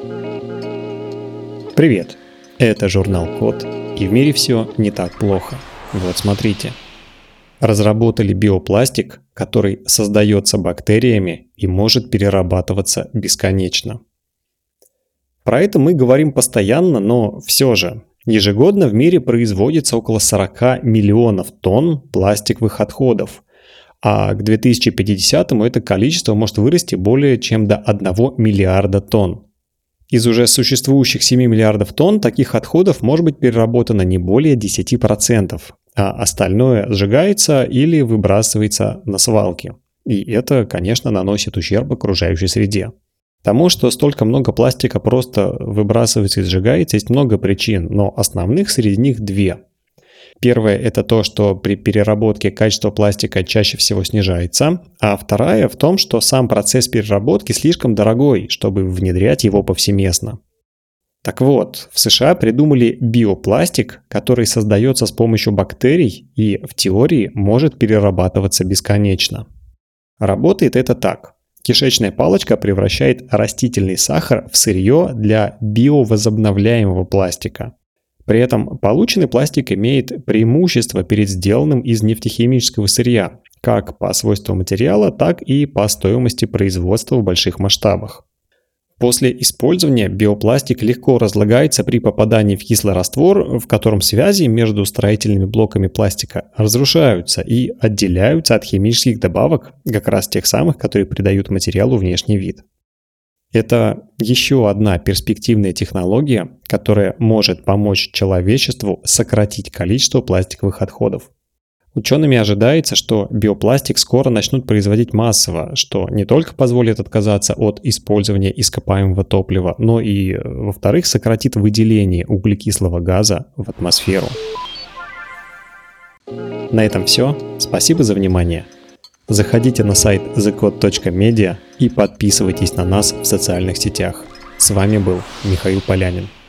Привет! Это журнал Код, и в мире все не так плохо. Вот смотрите. Разработали биопластик, который создается бактериями и может перерабатываться бесконечно. Про это мы говорим постоянно, но все же. Ежегодно в мире производится около 40 миллионов тонн пластиковых отходов, а к 2050-му это количество может вырасти более чем до 1 миллиарда тонн. Из уже существующих 7 миллиардов тонн таких отходов может быть переработано не более 10%, а остальное сжигается или выбрасывается на свалки. И это, конечно, наносит ущерб окружающей среде. Тому, что столько много пластика просто выбрасывается и сжигается, есть много причин, но основных среди них две. Первое – это то, что при переработке качество пластика чаще всего снижается, а вторая в том, что сам процесс переработки слишком дорогой, чтобы внедрять его повсеместно. Так вот, в США придумали биопластик, который создается с помощью бактерий и в теории может перерабатываться бесконечно. Работает это так. Кишечная палочка превращает растительный сахар в сырье для биовозобновляемого пластика. При этом полученный пластик имеет преимущество перед сделанным из нефтехимического сырья, как по свойствам материала, так и по стоимости производства в больших масштабах. После использования биопластик легко разлагается при попадании в кислый раствор, в котором связи между строительными блоками пластика разрушаются и отделяются от химических добавок, как раз тех самых, которые придают материалу внешний вид. Это еще одна перспективная технология, которая может помочь человечеству сократить количество пластиковых отходов. Учеными ожидается, что биопластик скоро начнут производить массово, что не только позволит отказаться от использования ископаемого топлива, но и, во-вторых, сократит выделение углекислого газа в атмосферу. На этом все. Спасибо за внимание. Заходите на сайт thecode.media и подписывайтесь на нас в социальных сетях. С вами был Михаил Полянин.